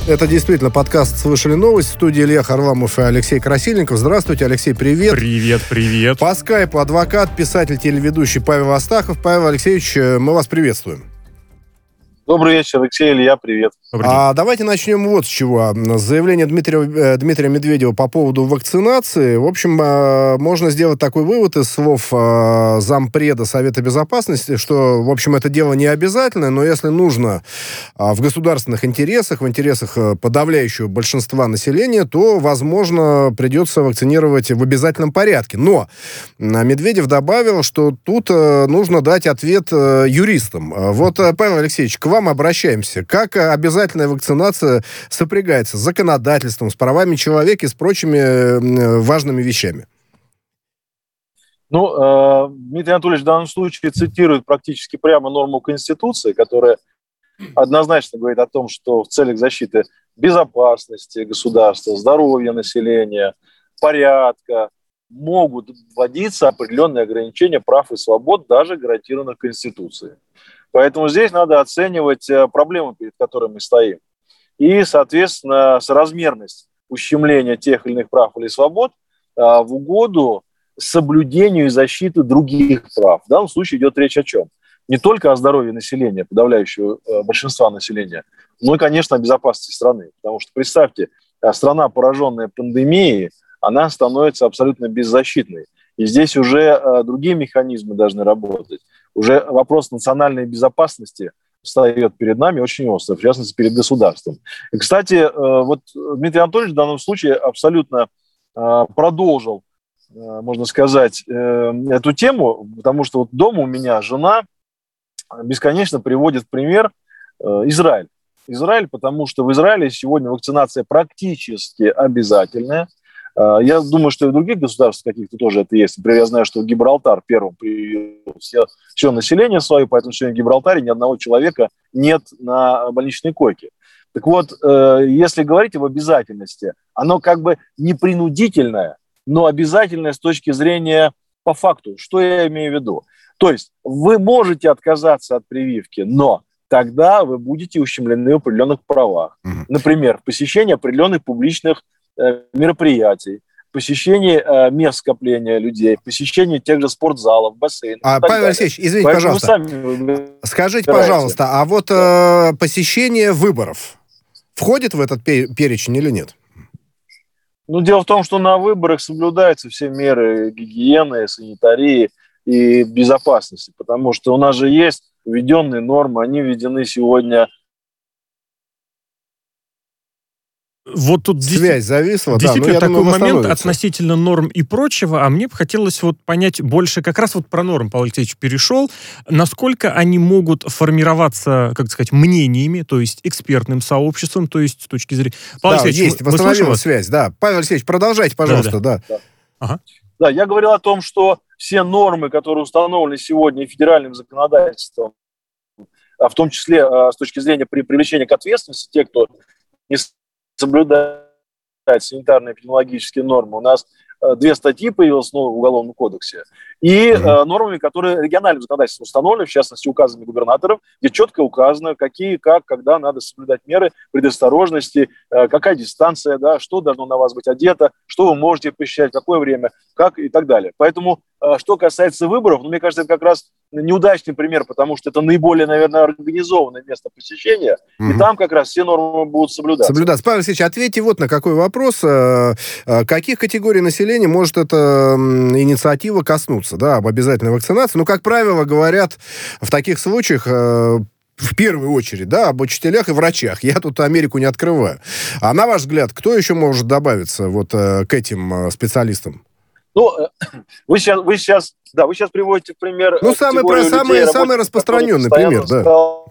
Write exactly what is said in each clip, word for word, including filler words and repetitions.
Это действительно подкаст «Слышали новость». В студии Илья Харламов и Алексей Красильников. Здравствуйте, Алексей, привет. Привет, привет. По скайпу адвокат, писатель, телеведущий Павел Астахов. Павел Алексеевич, мы вас приветствуем. Добрый вечер, Алексей, Илья, привет. А давайте начнем вот с чего. Заявление Дмитрия, Дмитрия Медведева по поводу вакцинации. В общем, можно сделать такой вывод из слов зампреда Совета Безопасности, что, в общем, это дело не обязательное, но если нужно в государственных интересах, в интересах подавляющего большинства населения, то, возможно, придется вакцинировать в обязательном порядке. Но Медведев добавил, что тут нужно дать ответ юристам. Вот, Павел Алексеевич, к вам обращаемся. Как обязательная вакцинация сопрягается с законодательством, с правами человека и с прочими важными вещами? Ну, э, Дмитрий Анатольевич в данном случае цитирует практически прямо норму Конституции, которая однозначно говорит о том, что в целях защиты безопасности государства, здоровья населения, порядка могут вводиться определенные ограничения прав и свобод, даже гарантированных Конституцией. Поэтому здесь надо оценивать проблемы, перед которыми мы стоим. И, соответственно, соразмерность ущемления тех или иных прав или свобод в угоду соблюдению и защите других прав. В данном случае идет речь о чем? Не только о здоровье населения, подавляющего большинства населения, но и, конечно, о безопасности страны. Потому что, представьте, страна, пораженная пандемией, она становится абсолютно беззащитной. И здесь уже другие механизмы должны работать. Уже вопрос национальной безопасности встает перед нами очень остро, в частности, перед государством. И, кстати, вот Дмитрий Анатольевич в данном случае абсолютно продолжил, можно сказать, эту тему, потому что вот дома у меня жена бесконечно приводит в пример Израиль. Израиль, потому что в Израиле сегодня вакцинация практически обязательная. Я думаю, что и в других государствах каких-то тоже это есть. Например, я знаю, что Гибралтар первым привил все, все население свое, поэтому сегодня в Гибралтаре ни одного человека нет на больничной койке. Так вот, если говорить об обязательности, оно как бы не принудительное, но обязательное с точки зрения по факту. Что я имею в виду? То есть вы можете отказаться от прививки, но тогда вы будете ущемлены в определенных правах. Например, в посещении определенных публичных мероприятий, посещение э, мест скопления людей, посещение тех же спортзалов, бассейнов. А, Павел Алексеевич, извините, Поэтому пожалуйста, скажите, пожалуйста, а вот э, посещение выборов входит в этот перечень или нет? Ну, дело в том, что на выборах соблюдаются все меры гигиены, санитарии и безопасности, потому что у нас же есть введенные нормы, они введены сегодня. Вот тут связь зависла. Действительно, да, такой думаю, момент относительно норм и прочего, а мне бы хотелось вот понять больше, как раз вот про норм Павел Алексеевич перешел, насколько они могут формироваться, как сказать, мнениями, то есть экспертным сообществом, то есть с точки зрения... Павел да, Алексеевич, есть, восстановилась связь, да. Павел Алексеевич, продолжайте, пожалуйста, да. Да, да. Да. Ага. Да, я говорил о том, что все нормы, которые установлены сегодня федеральным законодательством, в том числе с точки зрения привлечения к ответственности тех, кто не соблюдать санитарно-эпидемиологические нормы. У нас э, две статьи появилось в новом Уголовном кодексе. И э, нормами, которые региональным законодательством установлены, в частности, указами губернаторов, где четко указано, какие, как, когда надо соблюдать меры предосторожности, э, какая дистанция, да, что должно на вас быть одето, что вы можете посещать, в какое время, как и так далее. Поэтому, э, что касается выборов, ну, мне кажется, это как раз неудачный пример, потому что это наиболее, наверное, организованное место посещения, угу. и там как раз все нормы будут соблюдаться. Соблюдаться. Павел Алексеевич, ответьте вот на какой вопрос. Каких категорий населения может эта инициатива коснуться, да, об обязательной вакцинации? Ну, как правило, говорят в таких случаях в первую очередь, да, об учителях и врачах. Я тут Америку не открываю. А на ваш взгляд, кто еще может добавиться вот к этим специалистам? Ну, вы сейчас, вы сейчас, да, вы сейчас приводите в пример... Ну, самый, про, людей, самый, самый распространенный пример, да.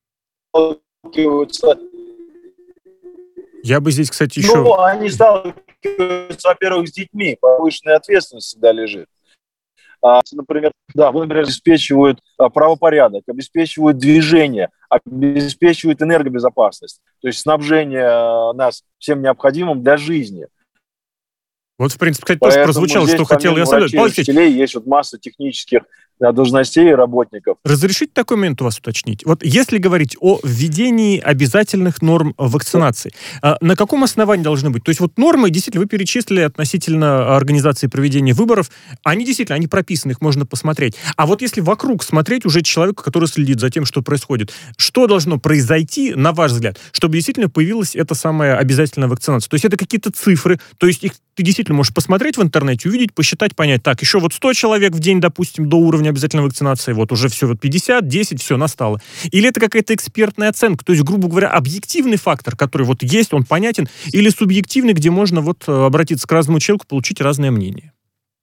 Я бы здесь, кстати, еще... Ну, они сталкиваются, во-первых, с детьми. Повышенная ответственность всегда лежит. А, например, да, вы, например, обеспечивают а, правопорядок, обеспечивают движение, обеспечивают энергобезопасность, то есть снабжение а, нас всем необходимым для жизни. Вот, в принципе, кстати, тоже прозвучало, что хотел я сказать. Врачей, учителей, есть вот масса технических должностей и работников. Разрешите такой момент у вас уточнить? Вот если говорить о введении обязательных норм вакцинации, на каком основании должны быть? То есть вот нормы, действительно, вы перечислили относительно организации проведения выборов, они действительно, они прописаны, их можно посмотреть. А вот если вокруг смотреть уже человека, который следит за тем, что происходит, что должно произойти, на ваш взгляд, чтобы действительно появилась эта самая обязательная вакцинация? То есть это какие-то цифры, то есть их ты действительно можешь посмотреть в интернете, увидеть, посчитать, понять, так, еще вот сто человек в день, допустим, до уровня обязательной вакцинации, вот уже все, вот пятьдесят, десять, все, настало. Или это какая-то экспертная оценка, то есть, грубо говоря, объективный фактор, который вот есть, он понятен, или субъективный, где можно вот обратиться к разному человеку, получить разное мнение?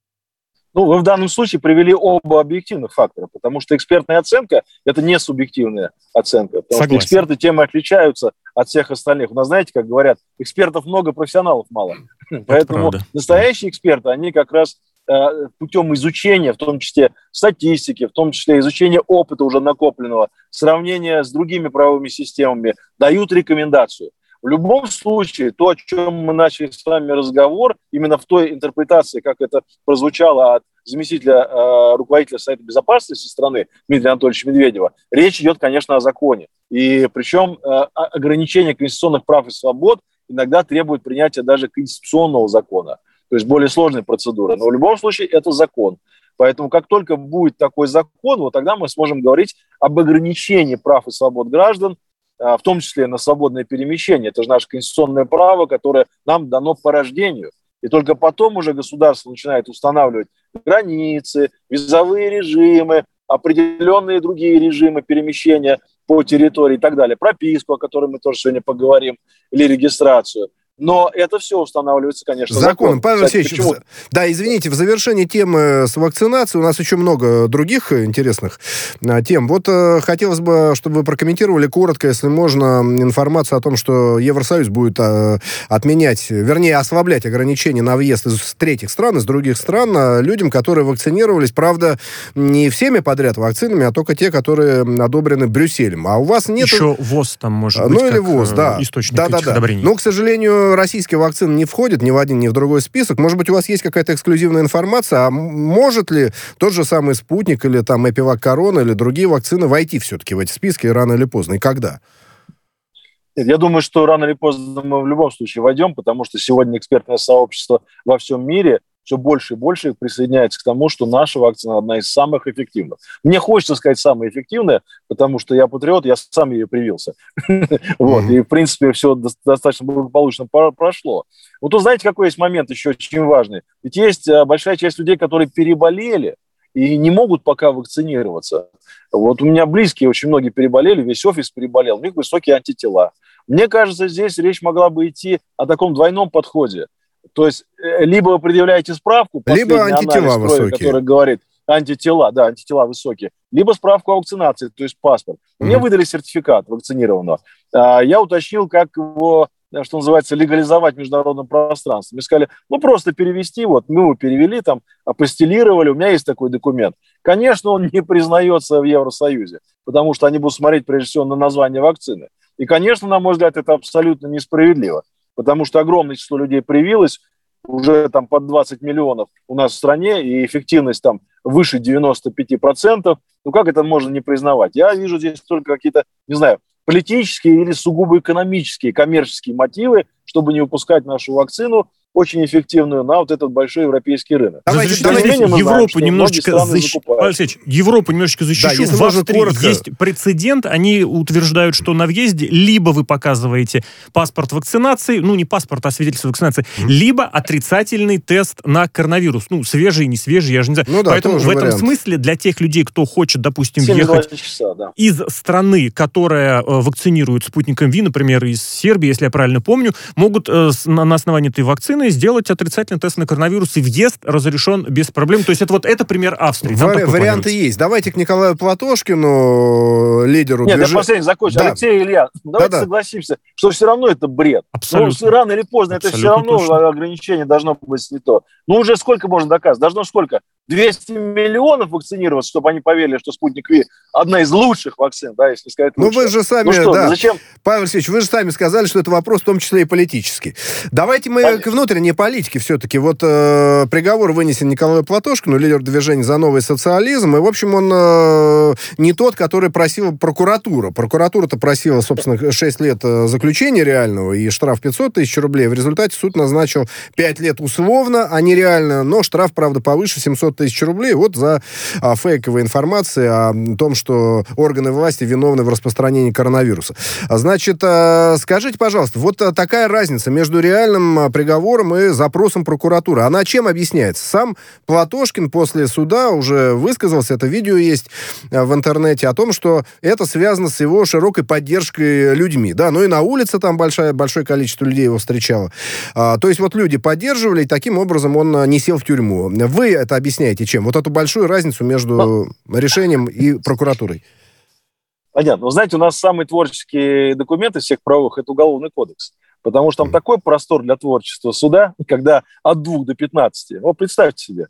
Ну, вы в данном случае привели оба объективных фактора, потому что экспертная оценка – это не субъективная оценка. Потому Согласен. что эксперты тем и отличаются от всех остальных. У нас, знаете, как говорят, экспертов много, профессионалов мало. Это Поэтому правда. Настоящие эксперты, они как раз э, путем изучения, в том числе статистики, в том числе изучения опыта уже накопленного, сравнения с другими правовыми системами, дают рекомендацию. В любом случае, то, о чем мы начали с вами разговор, именно в той интерпретации, как это прозвучало от заместителя э, руководителя Совета Безопасности страны Дмитрия Анатольевича Медведева, речь идет, конечно, о законе. И причем э, ограничение конституционных прав и свобод иногда требует принятия даже конституционного закона, то есть более сложной процедуры. Но в любом случае это закон. Поэтому как только будет такой закон, вот тогда мы сможем говорить об ограничении прав и свобод граждан, в том числе на свободное перемещение. Это же наше конституционное право, которое нам дано по рождению. И только потом уже государство начинает устанавливать границы, визовые режимы, определенные другие режимы перемещения по территории и так далее. Прописку, о которой мы тоже сегодня поговорим, или регистрацию. Но это все устанавливается, конечно, законом. законом. Павел Алексеевич, в... да, извините, в завершении темы с вакцинацией у нас еще много других интересных а, тем. Вот а, хотелось бы, чтобы вы прокомментировали коротко, если можно, информацию о том, что Евросоюз будет а, отменять, вернее, ослаблять ограничения на въезд из третьих стран, из других стран а, людям, которые вакцинировались, правда, не всеми подряд вакцинами, а только те, которые одобрены Брюсселем. А у вас нет... Еще ВОЗ там может быть, ну, или как ВОЗ, да. источник да, этих да, да. одобрений. Но, к сожалению, российские вакцины не входят ни в один, ни в другой список. Может быть, у вас есть какая-то эксклюзивная информация, а может ли тот же самый «Спутник» или там «Эпивак Корона» или другие вакцины войти все-таки в эти списки рано или поздно? И когда? Нет, я думаю, что рано или поздно мы в любом случае войдем, потому что сегодня экспертное сообщество во всем мире все больше и больше присоединяется к тому, что наша вакцина одна из самых эффективных. Мне хочется сказать самая эффективная, потому что я патриот, я сам ее привился. Вот, и, в принципе, все достаточно благополучно прошло. Вот тут знаете, какой есть момент еще очень важный? Ведь есть большая часть людей, которые переболели и не могут пока вакцинироваться. Вот у меня близкие очень многие переболели, весь офис переболел, у них высокие антитела. Мне кажется, здесь речь могла бы идти о таком двойном подходе. То есть либо вы предъявляете справку, либо антитела анализ крови, который говорит антитела, да, антитела высокие, либо справку о вакцинации, то есть паспорт. Mm-hmm. Мне выдали сертификат вакцинированного. Я уточнил, как его, что называется, легализовать в международном пространстве. Мне сказали, ну, просто перевести, вот, мы его перевели, там, апостилировали, у меня есть такой документ. Конечно, он не признается в Евросоюзе, потому что они будут смотреть, прежде всего, на название вакцины. И, конечно, на мой взгляд, это абсолютно несправедливо. Потому что огромное число людей привилось, уже там под двадцать миллионов у нас в стране, и эффективность там выше девяносто пять процентов. Ну как это можно не признавать? Я вижу здесь только какие-то, не знаю, политические или сугубо экономические, коммерческие мотивы, чтобы не выпускать нашу вакцину, очень эффективную, на вот этот большой европейский рынок. Давайте, давайте Европу знаем, немножечко защищу. Европу немножечко защищу. Да, в Австрии есть прецедент. Они утверждают, что на въезде либо вы показываете паспорт вакцинации, ну не паспорт, а свидетельство вакцинации, mm. либо отрицательный тест на коронавирус. Ну, свежий, не свежий, я же не знаю. Ну, да, поэтому в этом вариант. Смысле для тех людей, кто хочет, допустим, ехать часа, да. из страны, которая э, вакцинирует спутником Ви, например, из Сербии, если я правильно помню, могут э, на, на основании этой вакцины сделать отрицательный тест на коронавирус, и въезд разрешен без проблем. То есть это вот это пример Австрии. Вари- варианты есть. Давайте к Николаю Платошкину, лидеру Нет, движения. я последний закончу. Да. Алексей Илья, давайте да, согласимся, да. что все равно это бред. Абсолютно. Ну, рано или поздно Абсолютно это все равно точно. ограничение должно быть снято. Ну уже сколько можно доказывать? Должно сколько? двести миллионов вакцинироваться, чтобы они поверили, что «Спутник Ви» одна из лучших вакцин, да, если сказать лучше. Ну, вы же сами, ну, что, да, зачем? Павел Алексеевич, вы же сами сказали, что это вопрос в том числе и политический. Давайте мы Конечно. К внутренней политике все-таки. Вот э, приговор вынесен Николаю Платошкину, лидер движения «За новый социализм», и, в общем, он э, не тот, который просила прокуратура. Прокуратура-то просила, собственно, шесть лет заключения реального и штраф пятьсот тысяч рублей. В результате суд назначил пять лет условно, а не реально, но штраф, правда, повыше семьсот тысяч рублей вот за а, фейковые информации о том, что органы власти виновны в распространении коронавируса. Значит, а, скажите, пожалуйста, вот а, такая разница между реальным а, приговором и запросом прокуратуры, она чем объясняется? Сам Платошкин после суда уже высказался, это видео есть а, в интернете, о том, что это связано с его широкой поддержкой людьми, да, ну и на улице там большое, большое количество людей его встречало. А, то есть вот люди поддерживали, и таким образом он а, не сел в тюрьму. Вы это объясняете чем? Вот эту большую разницу между Но... решением и прокуратурой. Понятно. Вы знаете, у нас самый творческий документ из всех правовых – это Уголовный кодекс. Потому что там mm. такой простор для творчества суда, когда от двух до пятнадцати. Вот представьте себе,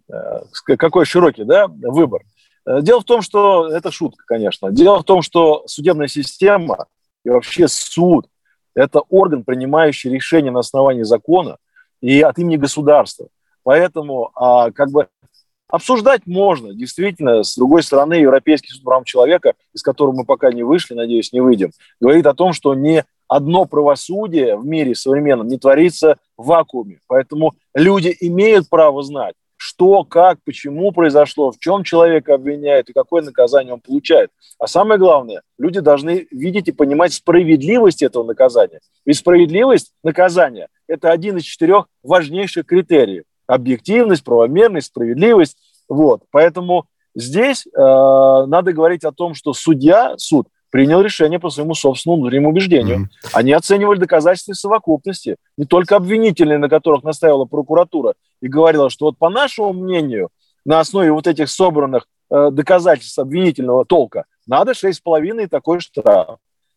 какой широкий, да, выбор. Дело в том, что... Это шутка, конечно. Дело в том, что судебная система и вообще суд – это орган, принимающий решения на основании закона и от имени государства. Поэтому а, как бы обсуждать можно. Действительно, с другой стороны, Европейский суд по правам человека, из которого мы пока не вышли, надеюсь, не выйдем, говорит о том, что ни одно правосудие в мире современном не творится в вакууме. Поэтому люди имеют право знать, что, как, почему произошло, в чем человека обвиняют и какое наказание он получает. А самое главное, люди должны видеть и понимать справедливость этого наказания. Ведь справедливость наказания – это один из четырех важнейших критериев. Объективность, правомерность, справедливость. Вот. Поэтому здесь э, надо говорить о том, что судья, суд, принял решение по своему собственному внутреннему убеждению. Mm-hmm. Они оценивали доказательства в совокупности, не только обвинительные, на которых настаивала прокуратура, и говорила, что вот по нашему мнению, на основе вот этих собранных э, доказательств обвинительного толка, надо шесть с половиной такой штраф.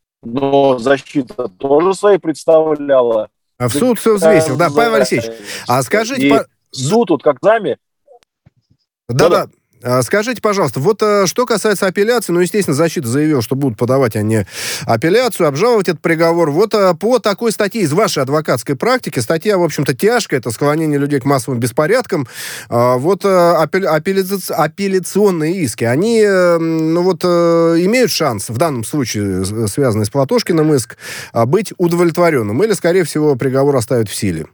Но защита тоже свои представляла. А в суд все взвесил. Да, Павел Алексеевич, а скажите... По... Суд тут как нами... Да-да. Скажите, пожалуйста, вот что касается апелляции, ну, естественно, защита заявила, что будут подавать они апелляцию, обжаловать этот приговор. Вот по такой статье из вашей адвокатской практики, статья, в общем-то, тяжкая, это склонение людей к массовым беспорядкам, вот апелляци... апелляционные иски, они, ну, вот, имеют шанс, в данном случае, связанный с Платошкиным иск, быть удовлетворенным, или, скорее всего, приговор оставят в силе?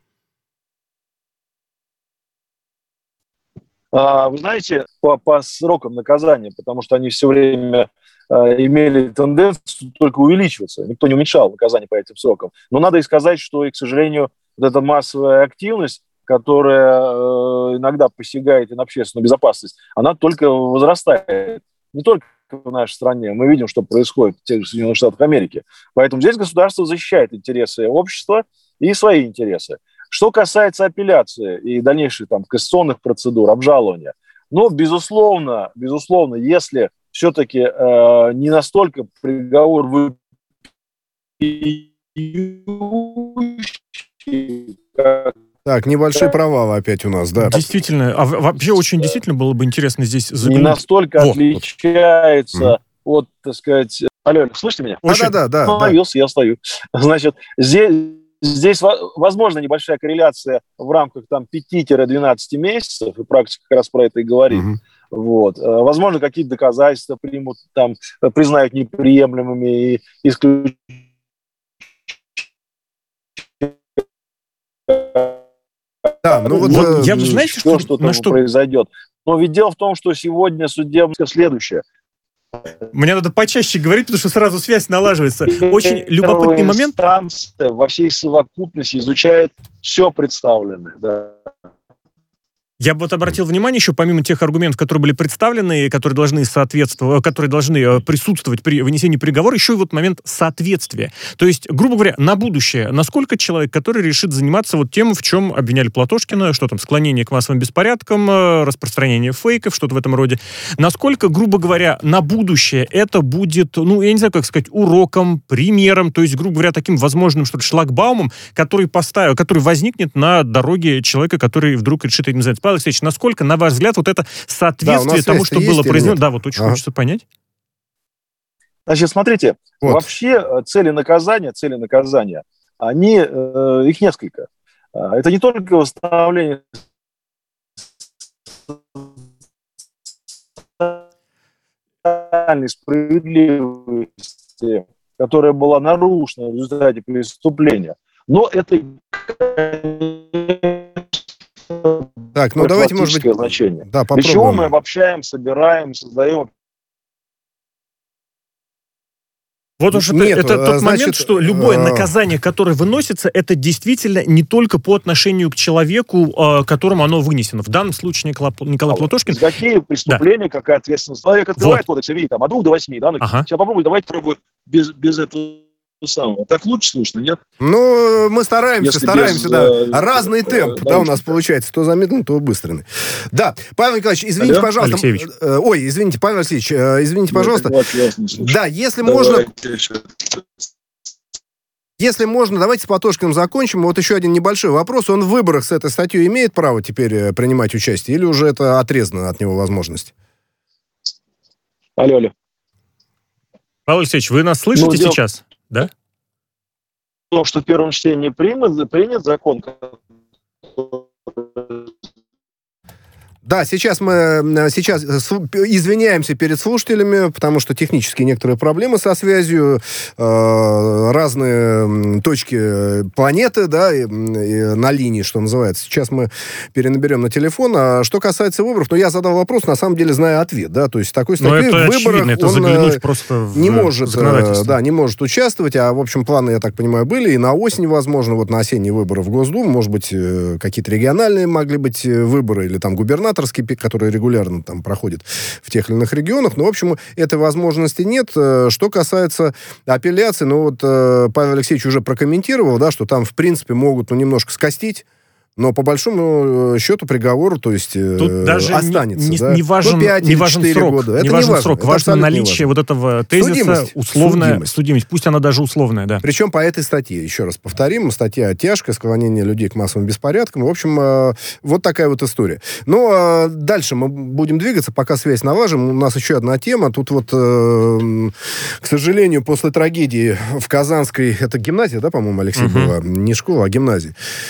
Вы знаете, по, по срокам наказания, потому что они все время э, имели тенденцию только увеличиваться. Никто не уменьшал наказание по этим срокам. Но надо и сказать, что, и, к сожалению, вот эта массовая активность, которая э, иногда посягает и на общественную безопасность, она только возрастает. Не только в нашей стране. Мы видим, что происходит в тех же Соединенных Штатах Америки. Поэтому здесь государство защищает интересы общества и свои интересы. Что касается апелляции и дальнейших там кассационных процедур, обжалования, ну, безусловно, безусловно, если все-таки э, не настолько приговор вопиющий, как... Так, небольшой провал опять у нас, да. Действительно, а вообще очень действительно было бы интересно здесь заглянуть. Не настолько Во. отличается mm. от, так сказать... Алло, слышите меня? Очень... Да, да, да. Остановился, да. Я стою. Значит, здесь... Здесь возможна небольшая корреляция в рамках там, пяти-двенадцати месяцев, и практика как раз про это и говорит. Uh-huh. Вот. Возможно, какие-то доказательства примут, там, признают неприемлемыми и исключат. Да, ну вот, вот я, знаете, что, что на там что произойдет. Но ведь дело в том, что сегодня судебное следующее. Мне надо почаще говорить, потому что сразу связь налаживается. Очень любопытный момент. Во всей совокупности изучает все представленное. Да. Я бы вот обратил внимание еще, помимо тех аргументов, которые были представлены, которые должны соответствовать, которые должны присутствовать при вынесении приговора, еще и вот момент соответствия. То есть, грубо говоря, на будущее, насколько человек, который решит заниматься вот тем, в чем обвиняли Платошкина, что там, склонение к массовым беспорядкам, распространение фейков, что-то в этом роде, насколько, грубо говоря, на будущее это будет, ну, я не знаю, как сказать, уроком, примером, то есть, грубо говоря, таким возможным, что ли, шлагбаумом, который поставил, который возникнет на дороге человека, который вдруг решит этим заняться. Павел Алексеевич, насколько, на ваш взгляд, вот это соответствие да, тому, что было произнесено? Да, вот очень ага. хочется понять. Значит, смотрите, вот. Вообще цели наказания, цели наказания, они, э, их несколько. Это не только восстановление социальной справедливости, которая была нарушена в результате преступления, но это так, ну давайте, может быть, значение. Да, для чего мы обобщаем, собираем, создаем. Вот уж Нет, это, это тот значит, момент, что любое э... наказание, которое выносится, это действительно не только по отношению к человеку, э, которому оно вынесено. В данном случае Николай, Николай Платошкин... Какие преступления, да. Какая ответственность? Человек открывает вот. Кодекс и видит, там, от двух до восьми, да? Ну, ага. Сейчас попробуй, давайте пробуем без, без этого самого. Так лучше слышно, нет? Ну, мы стараемся, Если стараемся, без, да. Э, Разный э, темп, э, да, у нас получается. То замедленно, то быстрый. Да. Павел Николаевич, извините, Алло? пожалуйста. Алексеевич. Э, ой, извините, Павел Алексеевич, э, извините, пожалуйста. Вот, да, если Давайте. можно... Если можно, давайте с Платошкиным закончим. Вот еще один небольшой вопрос. Он в выборах с этой статьей имеет право теперь принимать участие? Или уже это отрезано от него возможность? Алло, алло. Павел Алексеевич, вы нас слышите ну, сейчас? Да? То, что в первом чтении принят, принят закон. Да, сейчас мы сейчас извиняемся перед слушателями, потому что технические некоторые проблемы со связью, э, разные точки планеты, да, и, и на линии, что называется. Сейчас мы перенаберем на телефон. А что касается выборов, ну, я задал вопрос, на самом деле, зная ответ, да, то есть такой статьи в выборах это он просто не может, да, не может участвовать, а, в общем, планы, я так понимаю, были, и на осень, возможно, вот на осенние выборы в Госдуму, может быть, какие-то региональные могли быть выборы, или там губернатор, пик, который регулярно там проходит в тех или иных регионах. Но, в общем, этой возможности нет. Что касается апелляции, ну вот Павел Алексеевич уже прокомментировал, да, что там, в принципе, могут ну, немножко скостить, но по большому счету приговор, то есть, тут даже останется. Не, да? не важен, пять не важен срок. Года. Это не не важен важно. срок. Это важно наличие вот этого тезиса, судимость. условная судимость. судимость. Пусть она даже условная, да. Причем по этой статье, еще раз повторим, статья тяжкая, склонение людей к массовым беспорядкам. В общем, вот такая вот история. Но дальше мы будем двигаться, пока связь налажим. У нас еще одна тема. Тут вот, к сожалению, после трагедии в Казанской, это гимназия, да, по-моему, Алексей, uh-huh. была? Не школа, а гимназия.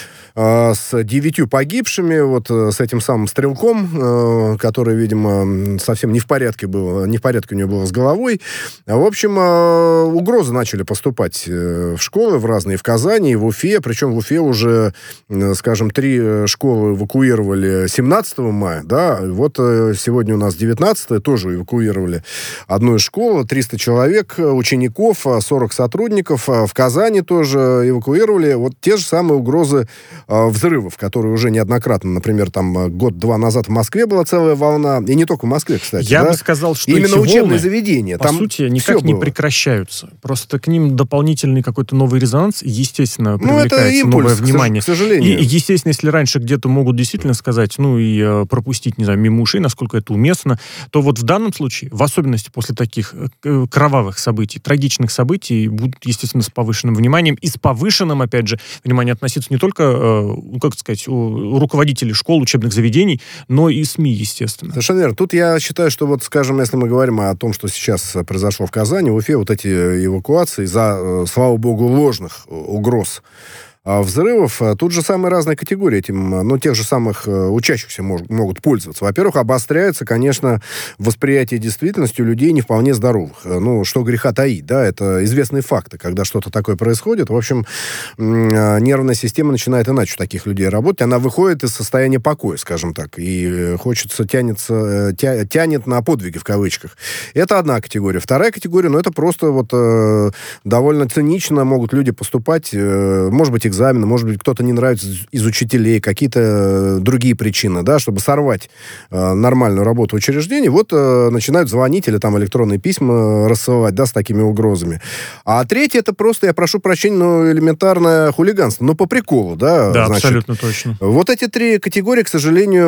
С девятью погибшими, вот с этим самым стрелком, который, видимо, совсем не в порядке был, не в порядке у него было с головой. В общем, угрозы начали поступать в школы, в разные, в Казани, и в Уфе. Причем в Уфе уже, скажем, три школы эвакуировали семнадцатого мая, да, вот сегодня у нас девятнадцатое, тоже эвакуировали одну из школ, триста человек, учеников, сорок сотрудников. В Казани тоже эвакуировали. Вот те же самые угрозы взрывов, которые уже неоднократно, например, там год-два назад в Москве была целая волна, и не только в Москве, кстати. Я да? бы сказал, что именно эти учебные волны, заведения. по там сути, никак не было. прекращаются. Просто к ним дополнительный какой-то новый резонанс, естественно, привлекается ну, это импульс, новое внимание. К сожалению. И, естественно, если раньше где-то могут действительно сказать, ну и э, пропустить, не знаю, мимо ушей, насколько это уместно, то вот в данном случае, в особенности после таких э, кровавых событий, трагичных событий, будут, естественно, с повышенным вниманием и с повышенным, опять же, вниманием относиться не только, э, как сказать, у руководителей школ, учебных заведений, но и СМИ, естественно. Совершенно верно. Тут я считаю, что вот, скажем, если мы говорим о том, что сейчас произошло в Казани, в Уфе, вот эти эвакуации за, слава богу, ложных угроз взрывов, тут же самые разные категории этим, ну, тех же самых учащихся мож, могут пользоваться. Во-первых, обостряется, конечно, восприятие действительности у людей не вполне здоровых. Ну, что греха таить, да, это известные факты, когда что-то такое происходит. В общем, нервная система начинает иначе у таких людей работать. Она выходит из состояния покоя, скажем так, и хочется, тянется, тя, тянет на подвиги, в кавычках. Это одна категория. Вторая категория, ну, это просто вот э, довольно цинично могут люди поступать, э, может быть, экзамены, может быть, кто-то не нравится из учителей, какие-то другие причины, да, чтобы сорвать э, нормальную работу учреждений, вот э, начинают звонить или там электронные письма рассылать, да, с такими угрозами. А третье, это просто, я прошу прощения, ну, элементарное хулиганство, ну, по приколу, да. Да, значит. Абсолютно точно. Вот эти три категории, к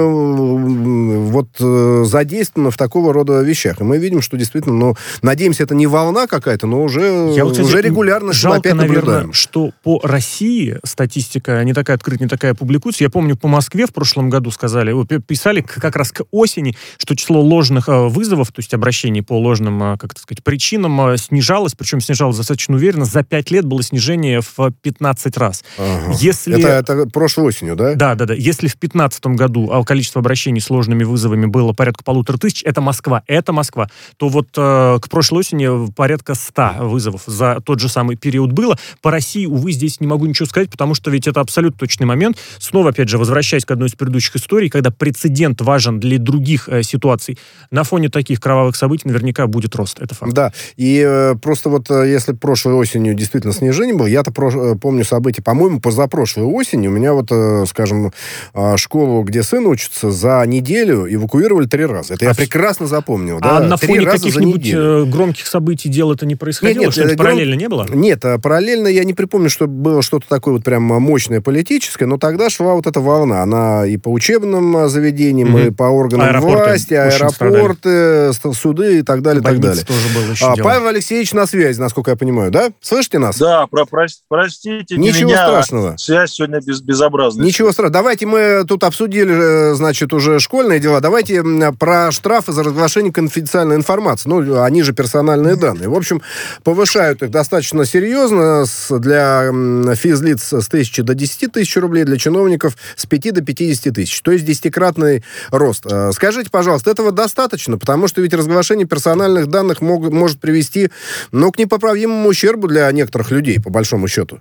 сожалению, вот э, задействованы в такого рода вещах. И мы видим, что действительно, ну, надеемся, это не волна какая-то, но уже, я вот, кстати, уже регулярно жалко, опять наблюдаем. наверное, что по России России статистика не такая открыта, не такая публикуется. Я помню, по Москве в прошлом году сказали, писали как раз к осени, что число ложных вызовов, то есть обращений по ложным, как это сказать, причинам снижалось, причем снижалось достаточно уверенно. За пять лет было снижение в пятнадцать раз. Ага. Если... Это, это прошлой осенью, да? Да, да, да. Если в пятнадцатом году количество обращений с ложными вызовами было порядка полутора тысяч, это Москва, это Москва, то вот э, к прошлой осени порядка ста вызовов за тот же самый период было. По России, увы, здесь не могу ничего сказать, потому что ведь это абсолютно точный момент. Снова, опять же, возвращаясь к одной из предыдущих историй, когда прецедент важен для других э, ситуаций, на фоне таких кровавых событий наверняка будет рост. Это факт. Да, и э, просто вот э, если прошлой осенью действительно снижение было, я-то про, помню события, по-моему, позапрошлой осенью у меня вот, э, скажем, э, школу, где сын учится, за неделю эвакуировали три раза. Это а я с... прекрасно запомнил. А да? на три фоне каких-нибудь громких событий дел это не происходило? Нет, нет, Что-то гром... параллельно не было? Нет, параллельно я не припомню, что было что-то такое вот прям мощное политическое, но тогда шла вот эта волна. Она и по учебным заведениям, mm-hmm. и по органам аэропорты. власти, аэропорты, страдали. Суды и так далее, и так далее. Тоже было еще а, дело. Павел Алексеевич на связи, насколько я понимаю, да? Слышите нас? Да, про, про, простите Ничего меня, страшного. Связь сегодня без, безобразная. Ничего страшного. Давайте мы тут обсудили, значит, уже школьные дела. Давайте про штрафы за разглашение конфиденциальной информации. Ну, они же персональные данные. В общем, повышают их достаточно серьезно. Для физлиц с тысячи до десяти тысяч рублей, для чиновников с пяти до пятидесяти тысяч. То есть десятикратный рост. Скажите, пожалуйста, этого достаточно? Потому что ведь разглашение персональных данных мог, может привести, ну, к непоправимому ущербу для некоторых людей, по большому счету.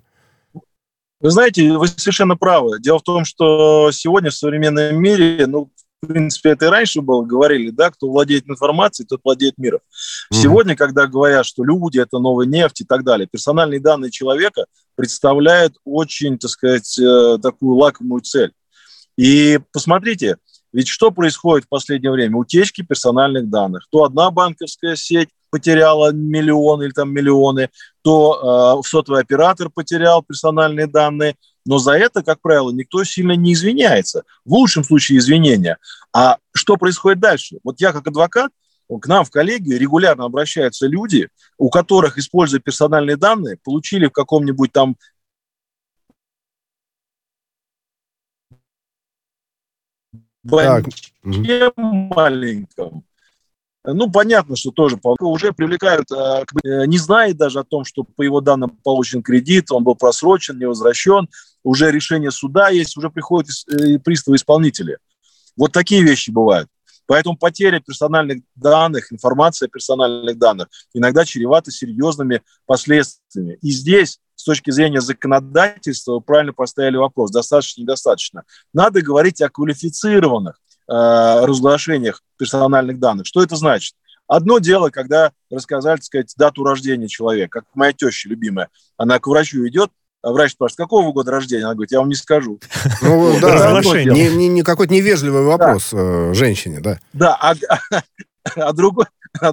Вы знаете, вы совершенно правы. Дело в том, что сегодня в современном мире, ну, в принципе, это и раньше было, говорили, да, кто владеет информацией, тот владеет миром. Mm-hmm. Сегодня, когда говорят, что люди – это новая нефть и так далее, персональные данные человека представляют очень, так сказать, такую лакомую цель. И посмотрите, ведь что происходит в последнее время? Утечки персональных данных. То одна банковская сеть потеряла миллионы или там миллионы, то э, сотовый оператор потерял персональные данные. Но за это, как правило, никто сильно не извиняется. В лучшем случае извинения. А что происходит дальше? Вот я как адвокат, к нам в коллегию регулярно обращаются люди, у которых, используя персональные данные, получили в каком-нибудь там банке маленьком. Ну, понятно, что тоже уже привлекают, не зная даже о том, что по его данным получен кредит, он был просрочен, не возвращен, уже решение суда есть, уже приходят приставы-исполнители. Вот такие вещи бывают. Поэтому потеря персональных данных, информация о персональных данных иногда чревата серьезными последствиями. И здесь, с точки зрения законодательства, вы правильно поставили вопрос, достаточно, недостаточно. Надо говорить о квалифицированных э, разглашениях персональных данных. Что это значит? Одно дело, когда рассказали, так сказать, дату рождения человека, как моя теща любимая, она к врачу идет, а врач спрашивает, какого года рождения? Она говорит, я вам не скажу. Ну, да, не какой-то невежливый вопрос женщине, да. Да, а другой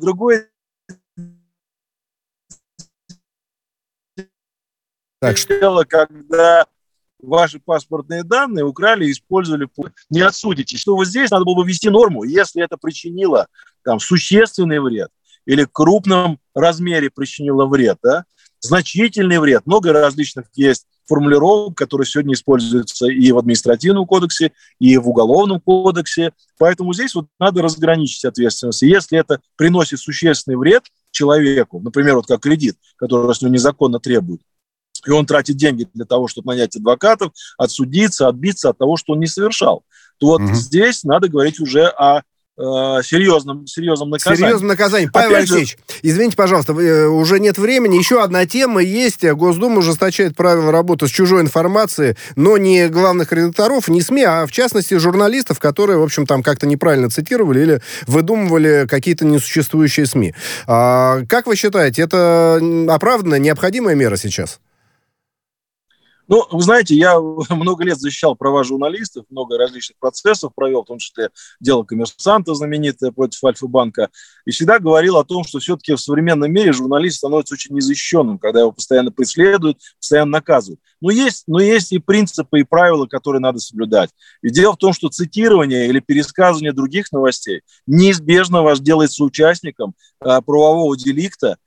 дело, когда ваши паспортные данные украли и использовали, не отсудитесь. Что вот здесь надо было бы ввести норму, если это причинило там существенный вред или в крупном размере причинило вред, да, значительный вред. Много различных есть формулировок, которые сегодня используются и в административном кодексе, и в уголовном кодексе. Поэтому здесь вот надо разграничить ответственность. И если это приносит существенный вред человеку, например, вот как кредит, который с него незаконно требуют, и он тратит деньги для того, чтобы нанять адвокатов, отсудиться, отбиться от того, что он не совершал, то вот угу. здесь надо говорить уже о серьезном, серьезном наказании. Серьезном наказании. Павел Опять Алексеевич, же... извините, пожалуйста, уже нет времени. Еще одна тема есть. Госдума ужесточает правила работы с чужой информацией, но не главных редакторов, не СМИ, а в частности журналистов, которые, в общем, там как-то неправильно цитировали или выдумывали какие-то несуществующие СМИ. А, как вы считаете, это оправданная, необходимая мера сейчас? Ну, вы знаете, я много лет защищал права журналистов, много различных процессов провел, в том числе дело «Коммерсанта» знаменитое против Альфа-банка, и всегда говорил о том, что все-таки в современном мире журналист становится очень незащищенным, когда его постоянно преследуют, постоянно наказывают. Но есть, но есть и принципы, и правила, которые надо соблюдать. И дело в том, что цитирование или пересказывание других новостей неизбежно вас делает соучастником а, правового деликта,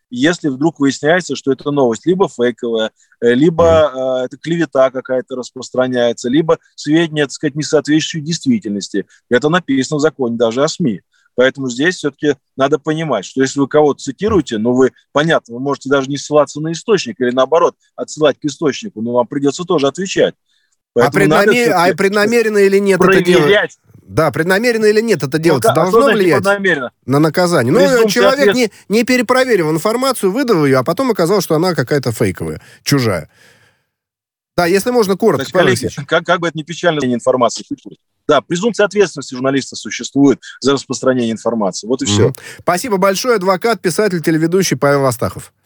если вдруг выясняется, что эта новость либо фейковая, либо э, это клевета какая-то распространяется, либо сведения, так сказать, не соответствующие действительности. Это написано в законе даже о СМИ. Поэтому здесь все-таки надо понимать, что если вы кого-то цитируете, ну, вы, понятно, вы можете даже не ссылаться на источник или, наоборот, отсылать к источнику, но вам придется тоже отвечать. А, преднамер... а преднамеренно или нет проверять. это делать? Да, преднамеренно или нет это делать, ну, должно а влиять на наказание. Ну, человек не, не перепроверил информацию, выдал ее, а потом оказалось, что она какая-то фейковая, чужая. Да, если можно, коротко. Значит, коллеги, как, как бы это ни печально, информация существует. Да, презумпция ответственности журналиста существует за распространение информации. Вот и все. Mm-hmm. Спасибо большое. Адвокат, писатель, телеведущий Павел Астахов.